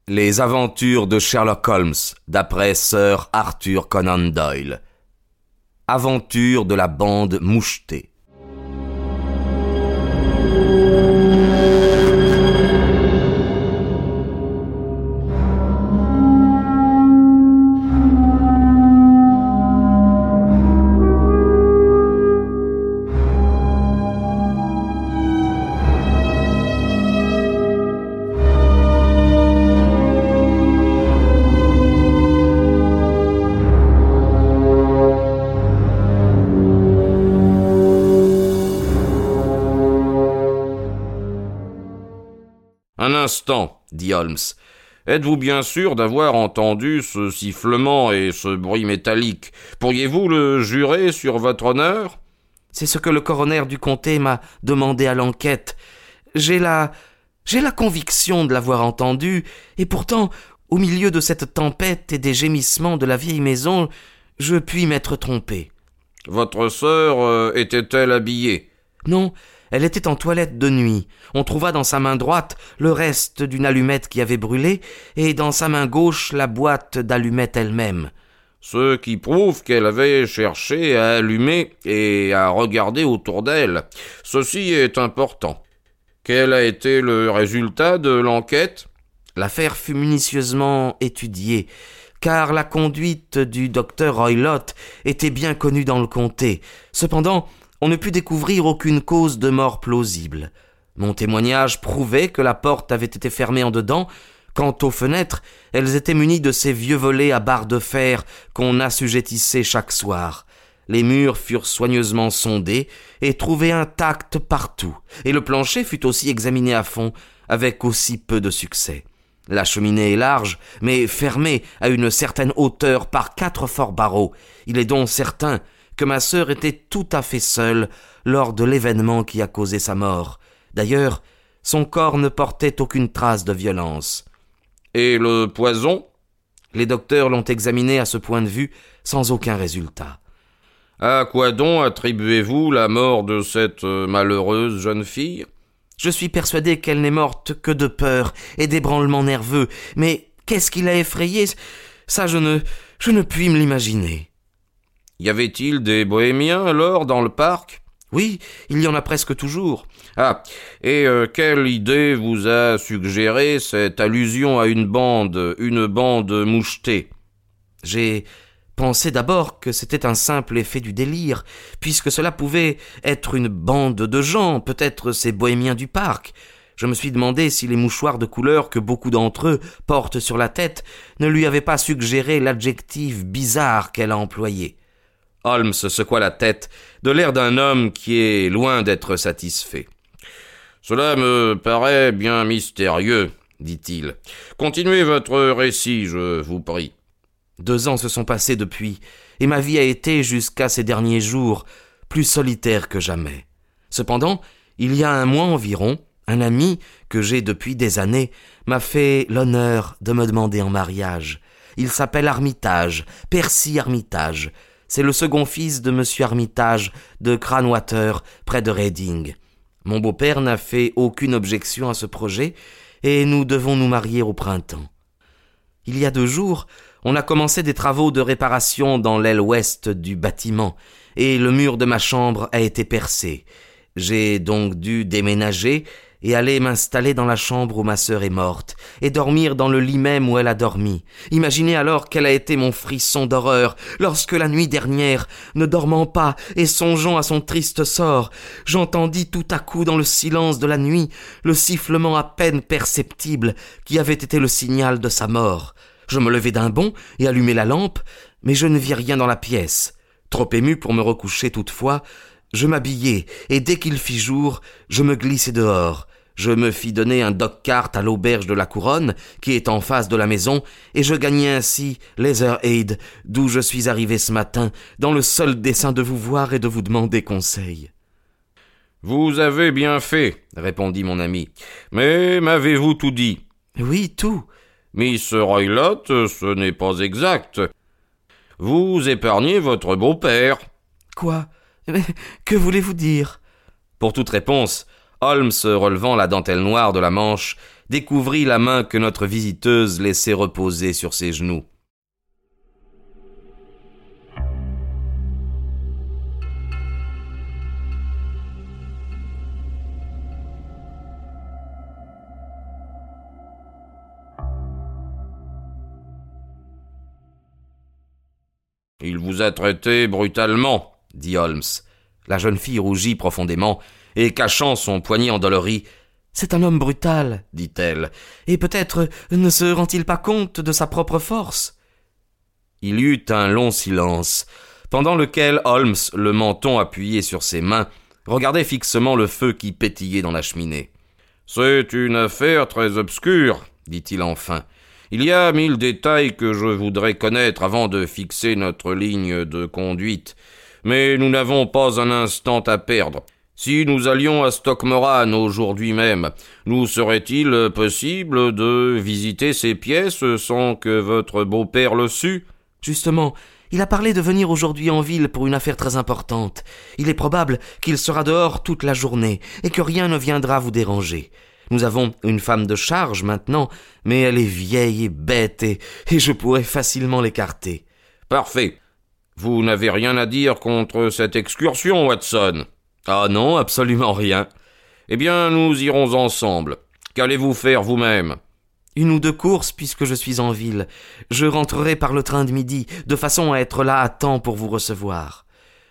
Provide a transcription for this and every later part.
Les aventures de Sherlock Holmes, d'après Sir Arthur Conan Doyle. Aventures de la bande mouchetée. Un instant, dit Holmes. Êtes-vous bien sûr d'avoir entendu ce sifflement et ce bruit métallique? Pourriez-vous le jurer sur votre honneur? C'est ce que le coroner du comté m'a demandé à l'enquête. J'ai la conviction de l'avoir entendu, et pourtant, au milieu de cette tempête et des gémissements de la vieille maison, je puis m'être trompé. Votre sœur était-elle habillée? Non, elle était en toilette de nuit. On trouva dans sa main droite le reste d'une allumette qui avait brûlé, et dans sa main gauche la boîte d'allumettes elle-même. Ce qui prouve qu'elle avait cherché à allumer et à regarder autour d'elle. Ceci est important. Quel a été le résultat de l'enquête? L'affaire fut minutieusement étudiée, car la conduite du docteur Roylott était bien connue dans le comté. Cependant, on ne put découvrir aucune cause de mort plausible. Mon témoignage prouvait que la porte avait été fermée en dedans. Quant aux fenêtres, elles étaient munies de ces vieux volets à barres de fer qu'on assujettissait chaque soir. Les murs furent soigneusement sondés et trouvés intacts partout, et le plancher fut aussi examiné à fond, avec aussi peu de succès. La cheminée est large, mais fermée à une certaine hauteur par 4 forts barreaux. Il est donc certain que ma sœur était tout à fait seule lors de l'événement qui a causé sa mort. D'ailleurs, son corps ne portait aucune trace de violence. Et le poison? Les docteurs l'ont examiné à ce point de vue sans aucun résultat. À quoi donc attribuez-vous la mort de cette malheureuse jeune fille? Je suis persuadé qu'elle n'est morte que de peur et d'ébranlement nerveux, mais qu'est-ce qui l'a effrayée? Ça, je ne puis me l'imaginer. Y avait-il des bohémiens alors dans le parc? Oui, il y en a presque toujours. Ah, et quelle idée vous a suggéré cette allusion à une bande mouchetée? J'ai pensé d'abord que c'était un simple effet du délire, puisque cela pouvait être une bande de gens, peut-être ces bohémiens du parc. Je me suis demandé si les mouchoirs de couleur que beaucoup d'entre eux portent sur la tête ne lui avaient pas suggéré l'adjectif bizarre qu'elle a employé. Holmes secoua la tête, de l'air d'un homme qui est loin d'être satisfait. « Cela me paraît bien mystérieux, dit-il. Continuez votre récit, je vous prie. » 2 ans se sont passés depuis, et ma vie a été, jusqu'à ces derniers jours, plus solitaire que jamais. Cependant, il y a 1 mois environ, un ami, que j'ai depuis des années, m'a fait l'honneur de me demander en mariage. Il s'appelle Armitage, Percy Armitage. C'est le second fils de monsieur Armitage de Cranwater, près de Reading. Mon beau-père n'a fait aucune objection à ce projet, et nous devons nous marier au printemps. Il y a 2 jours, on a commencé des travaux de réparation dans l'aile ouest du bâtiment, et le mur de ma chambre a été percé. J'ai donc dû déménager et aller m'installer dans la chambre où ma sœur est morte, et dormir dans le lit même où elle a dormi. Imaginez alors quel a été mon frisson d'horreur, lorsque la nuit dernière, ne dormant pas et songeant à son triste sort, j'entendis tout à coup dans le silence de la nuit le sifflement à peine perceptible qui avait été le signal de sa mort. Je me levai d'un bond et allumai la lampe, mais je ne vis rien dans la pièce. Trop ému pour me recoucher toutefois, je m'habillai, et dès qu'il fit jour, je me glissai dehors. Je me fis donner un dog-cart à l'auberge de la Couronne, qui est en face de la maison, et je gagnai ainsi Leatherhead, d'où je suis arrivé ce matin, dans le seul dessein de vous voir et de vous demander conseil. « Vous avez bien fait, répondit mon ami. Mais m'avez-vous tout dit? Oui, tout. Miss Roylott, ce n'est pas exact. Vous épargnez votre beau-père. Quoi? Mais que voulez-vous dire? Pour toute réponse, Holmes, relevant la dentelle noire de la manche, découvrit la main que notre visiteuse laissait reposer sur ses genoux. « Il vous a traité brutalement, » dit Holmes. La jeune fille rougit profondément et, cachant son poignet endolori, « C'est un homme brutal, dit-elle, et peut-être ne se rend-il pas compte de sa propre force. » Il y eut un long silence, pendant lequel Holmes, le menton appuyé sur ses mains, regardait fixement le feu qui pétillait dans la cheminée. « C'est une affaire très obscure, » dit-il enfin. « Il y a 1000 détails que je voudrais connaître avant de fixer notre ligne de conduite. Mais nous n'avons pas un instant à perdre. Si nous allions à Stockmoran aujourd'hui même, nous serait-il possible de visiter ces pièces sans que votre beau-père le sût ? » ?»« Justement, il a parlé de venir aujourd'hui en ville pour une affaire très importante. Il est probable qu'il sera dehors toute la journée et que rien ne viendra vous déranger. Nous avons une femme de charge maintenant, mais elle est vieille et bête et je pourrais facilement l'écarter. »« Parfait. Vous n'avez rien à dire contre cette excursion, Watson ? » ?»« Ah non, absolument rien. »« Eh bien, nous irons ensemble. Qu'allez-vous faire vous-même ? » ?»« 1 ou 2 courses, puisque je suis en ville. Je rentrerai par le train de midi, de façon à être là à temps pour vous recevoir. »«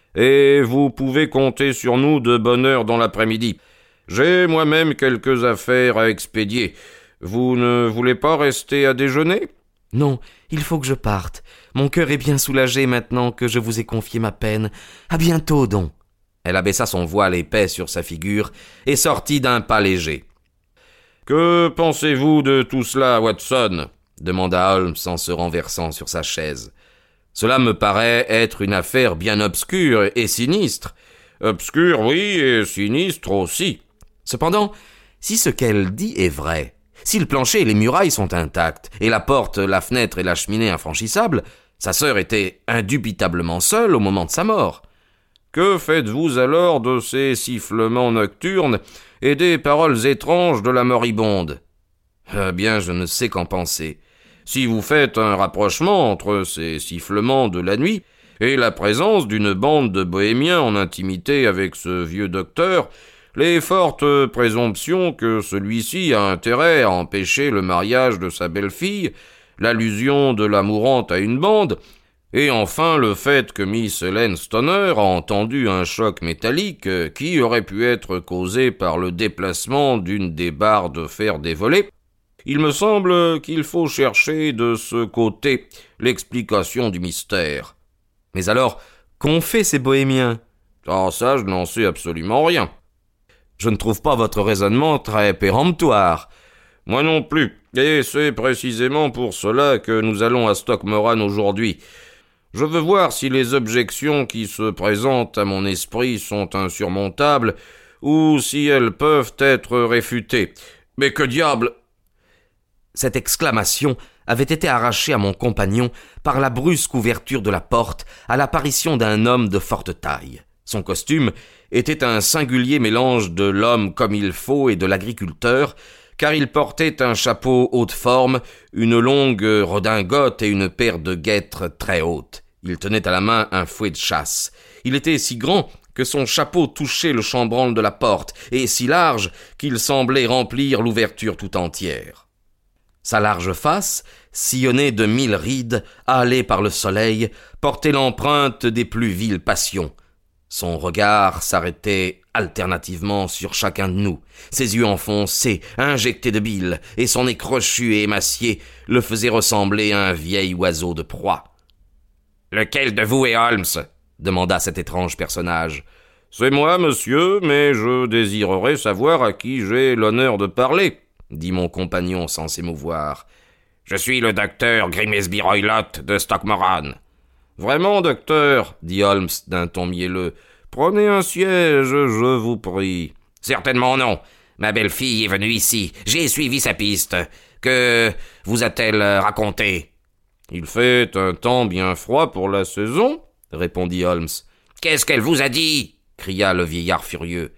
Et vous pouvez compter sur nous de bonne heure dans l'après-midi. J'ai moi-même quelques affaires à expédier. Vous ne voulez pas rester à déjeuner ? » ?»« Non, il faut que je parte. Mon cœur est bien soulagé maintenant que je vous ai confié ma peine. À bientôt, donc. » Elle abaissa son voile épais sur sa figure et sortit d'un pas léger. « Que pensez-vous de tout cela, Watson ? » demanda Holmes en se renversant sur sa chaise. « Cela me paraît être une affaire bien obscure et sinistre. »« Obscure, oui, et sinistre aussi. » Cependant, si ce qu'elle dit est vrai, si le plancher et les murailles sont intacts, et la porte, la fenêtre et la cheminée infranchissables, sa sœur était indubitablement seule au moment de sa mort. Que faites-vous alors de ces sifflements nocturnes et des paroles étranges de la moribonde ? Eh bien, je ne sais qu'en penser. Si vous faites un rapprochement entre ces sifflements de la nuit et la présence d'une bande de bohémiens en intimité avec ce vieux docteur, les fortes présomptions que celui-ci a intérêt à empêcher le mariage de sa belle-fille, l'allusion de la mourante à une bande, et enfin le fait que Miss Helen Stoner a entendu un choc métallique qui aurait pu être causé par le déplacement d'une des barres de fer dévolées, il me semble qu'il faut chercher de ce côté l'explication du mystère. Mais alors, qu'ont fait ces bohémiens ? Ah, ça, je n'en sais absolument rien. Je ne trouve pas votre raisonnement très péremptoire. Moi non plus, et c'est précisément pour cela que nous allons à Stockmoran aujourd'hui. Je veux voir si les objections qui se présentent à mon esprit sont insurmontables, ou si elles peuvent être réfutées. Mais que diable !» Cette exclamation avait été arrachée à mon compagnon par la brusque ouverture de la porte à l'apparition d'un homme de forte taille. Son costume était un singulier mélange de l'homme comme il faut et de l'agriculteur, car il portait un chapeau haute forme, une longue redingote et une paire de guêtres très hautes. Il tenait à la main un fouet de chasse. Il était si grand que son chapeau touchait le chambranle de la porte, et si large qu'il semblait remplir l'ouverture tout entière. Sa large face, sillonnée de 1000 rides, hâlée par le soleil, portait l'empreinte des plus viles passions. Son regard s'arrêtait alternativement sur chacun de nous. Ses yeux enfoncés, injectés de bile, et son nez crochu et émacié le faisaient ressembler à un vieil oiseau de proie. « Lequel de vous est Holmes ?» demanda cet étrange personnage. « C'est moi, monsieur, mais je désirerais savoir à qui j'ai l'honneur de parler, » dit mon compagnon sans s'émouvoir. « Je suis le docteur Grimesby Roylott de Stockmoran. »« Vraiment, docteur, » dit Holmes d'un ton mielleux. « Prenez un siège, je vous prie. »« Certainement non. Ma belle-fille est venue ici. J'ai suivi sa piste. Que vous a-t-elle raconté ?»« Il fait un temps bien froid pour la saison, » répondit Holmes. « Qu'est-ce qu'elle vous a dit ?» cria le vieillard furieux. «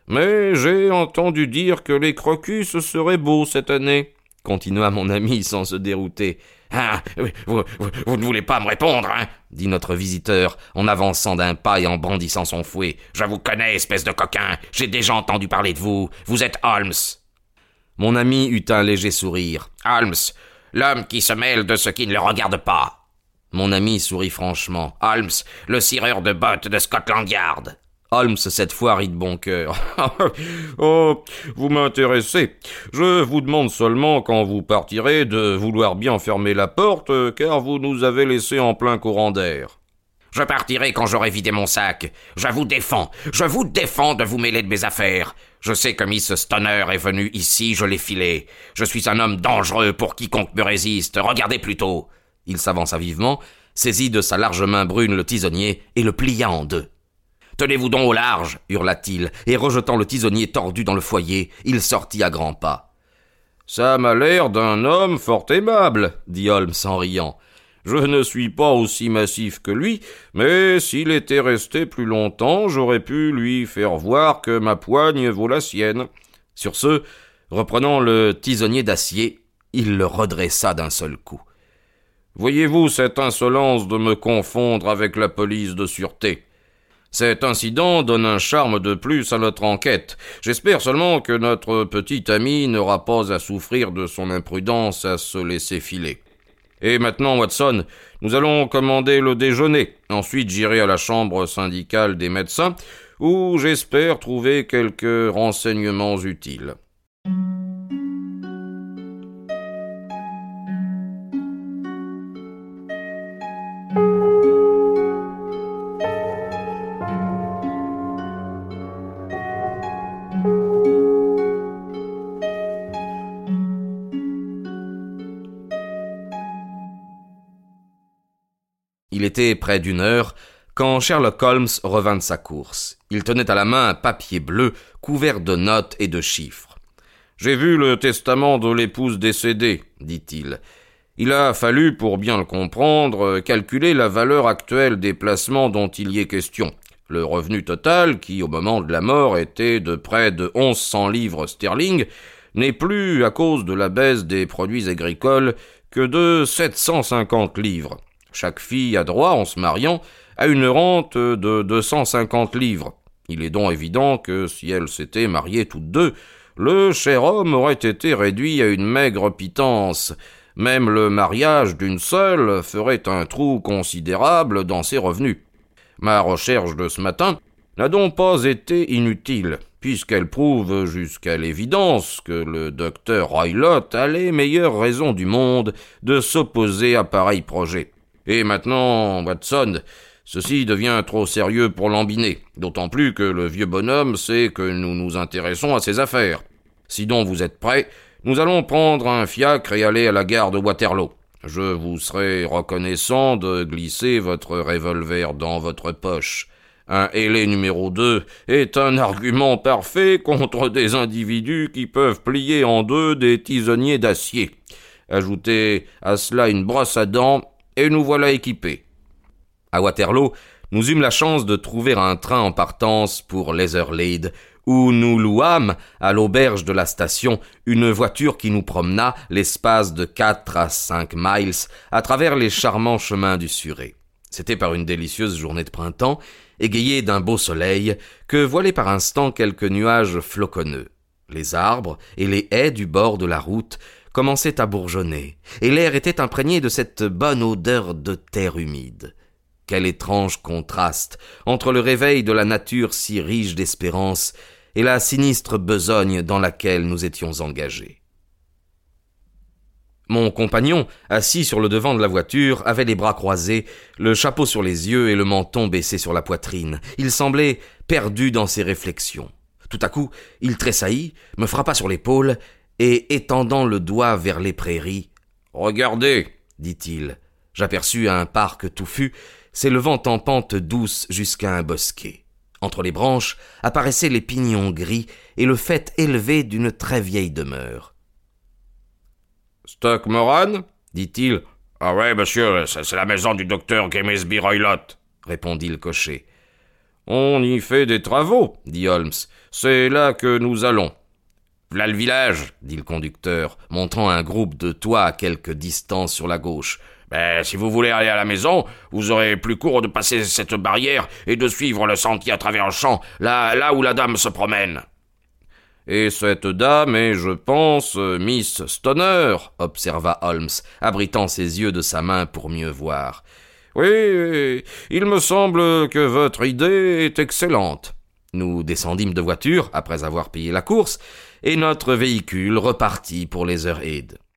Mais j'ai entendu dire que les crocus seraient beaux cette année, continua mon ami sans se dérouter. Ah, vous ne voulez pas me répondre, hein, dit notre visiteur, en avançant d'un pas et en brandissant son fouet. Je vous connais, espèce de coquin. J'ai déjà entendu parler de vous. Vous êtes Holmes. Mon ami eut un léger sourire. Holmes, l'homme qui se mêle de ce qui ne le regarde pas. Mon ami sourit franchement. Holmes, le cireur de bottes de Scotland Yard. Holmes, cette fois, rit de bon cœur. Oh, vous m'intéressez. Je vous demande seulement, quand vous partirez, de vouloir bien fermer la porte, car vous nous avez laissés en plein courant d'air. Je partirai quand j'aurai vidé mon sac. Je vous défends de vous mêler de mes affaires. Je sais que Miss Stoner est venue ici, je l'ai filée. Je suis un homme dangereux pour quiconque me résiste. Regardez plutôt. Il s'avança vivement, saisit de sa large main brune le tisonnier et le plia en deux. Tenez-vous donc au large, hurla-t-il, et rejetant le tisonnier tordu dans le foyer, il sortit à grands pas. Ça m'a l'air d'un homme fort aimable, dit Holmes en riant. Je ne suis pas aussi massif que lui, mais s'il était resté plus longtemps, j'aurais pu lui faire voir que ma poigne vaut la sienne. Sur ce, reprenant le tisonnier d'acier, il le redressa d'un seul coup. Voyez-vous cette insolence de me confondre avec la police de sûreté? Cet incident donne un charme de plus à notre enquête. J'espère seulement que notre petit ami n'aura pas à souffrir de son imprudence à se laisser filer. Et maintenant, Watson, nous allons commander le déjeuner. Ensuite, j'irai à la chambre syndicale des médecins, où j'espère trouver quelques renseignements utiles. Il était près d'1 heure quand Sherlock Holmes revint de sa course. Il tenait à la main un papier bleu couvert de notes et de chiffres. « J'ai vu le testament de l'épouse décédée, dit-il. Il a fallu, pour bien le comprendre, calculer la valeur actuelle des placements dont il y est question. Le revenu total, qui au moment de la mort était de près de 1100 livres sterling, n'est plus, à cause de la baisse des produits agricoles, que de 750 livres. Chaque fille a droit, en se mariant, à une rente de 250 livres. Il est donc évident que si elles s'étaient mariées toutes deux, le cher homme aurait été réduit à une maigre pitance. Même le mariage d'une seule ferait un trou considérable dans ses revenus. Ma recherche de ce matin n'a donc pas été inutile, puisqu'elle prouve jusqu'à l'évidence que le docteur Roylott a les meilleures raisons du monde de s'opposer à pareil projet. Et maintenant, Watson, ceci devient trop sérieux pour l'embiner, d'autant plus que le vieux bonhomme sait que nous nous intéressons à ses affaires. Si donc vous êtes prêts, nous allons prendre un fiacre et aller à la gare de Waterloo. Je vous serai reconnaissant de glisser votre revolver dans votre poche. Un ailé numéro 2 est un argument parfait contre des individus qui peuvent plier en deux des tisonniers d'acier. Ajoutez à cela une brosse à dents, et nous voilà équipés. À Waterloo, nous eûmes la chance de trouver un train en partance pour Leatherlade, où nous louâmes, à l'auberge de la station, une voiture qui nous promena l'espace de 4 à 5 miles à travers les charmants chemins du Surrey. C'était par une délicieuse journée de printemps, égayée d'un beau soleil, que voilaient par instants quelques nuages floconneux. Les arbres et les haies du bord de la route commençaient à bourgeonner, et l'air était imprégné de cette bonne odeur de terre humide. Quel étrange contraste entre le réveil de la nature si riche d'espérance et la sinistre besogne dans laquelle nous étions engagés. Mon compagnon, assis sur le devant de la voiture, avait les bras croisés, le chapeau sur les yeux et le menton baissé sur la poitrine. Il semblait perdu dans ses réflexions. Tout à coup, il tressaillit, me frappa sur l'épaule et, étendant le doigt vers les prairies, « Regardez !» dit-il. J'aperçus un parc touffu, s'élevant en pente douce jusqu'à un bosquet. Entre les branches apparaissaient les pignons gris et le faîte élevé d'une très vieille demeure. « Stock Moran ?» dit-il. « Ah ouais, monsieur, c'est la maison du docteur Grimesby Roylott, » répondit le cocher. On y fait des travaux, dit Holmes. C'est là que nous allons. V'là le village, dit le conducteur, montrant un groupe de toits à quelque distance sur la gauche. Ben, si vous voulez aller à la maison, vous aurez plus court de passer cette barrière et de suivre le sentier à travers le champ, là où la dame se promène. Et cette dame est, je pense, Miss Stoner, observa Holmes, abritant ses yeux de sa main pour mieux voir. Oui, il me semble que votre idée est excellente. Nous descendîmes de voiture, après avoir payé la course, et notre véhicule repartit pour les Heures Head.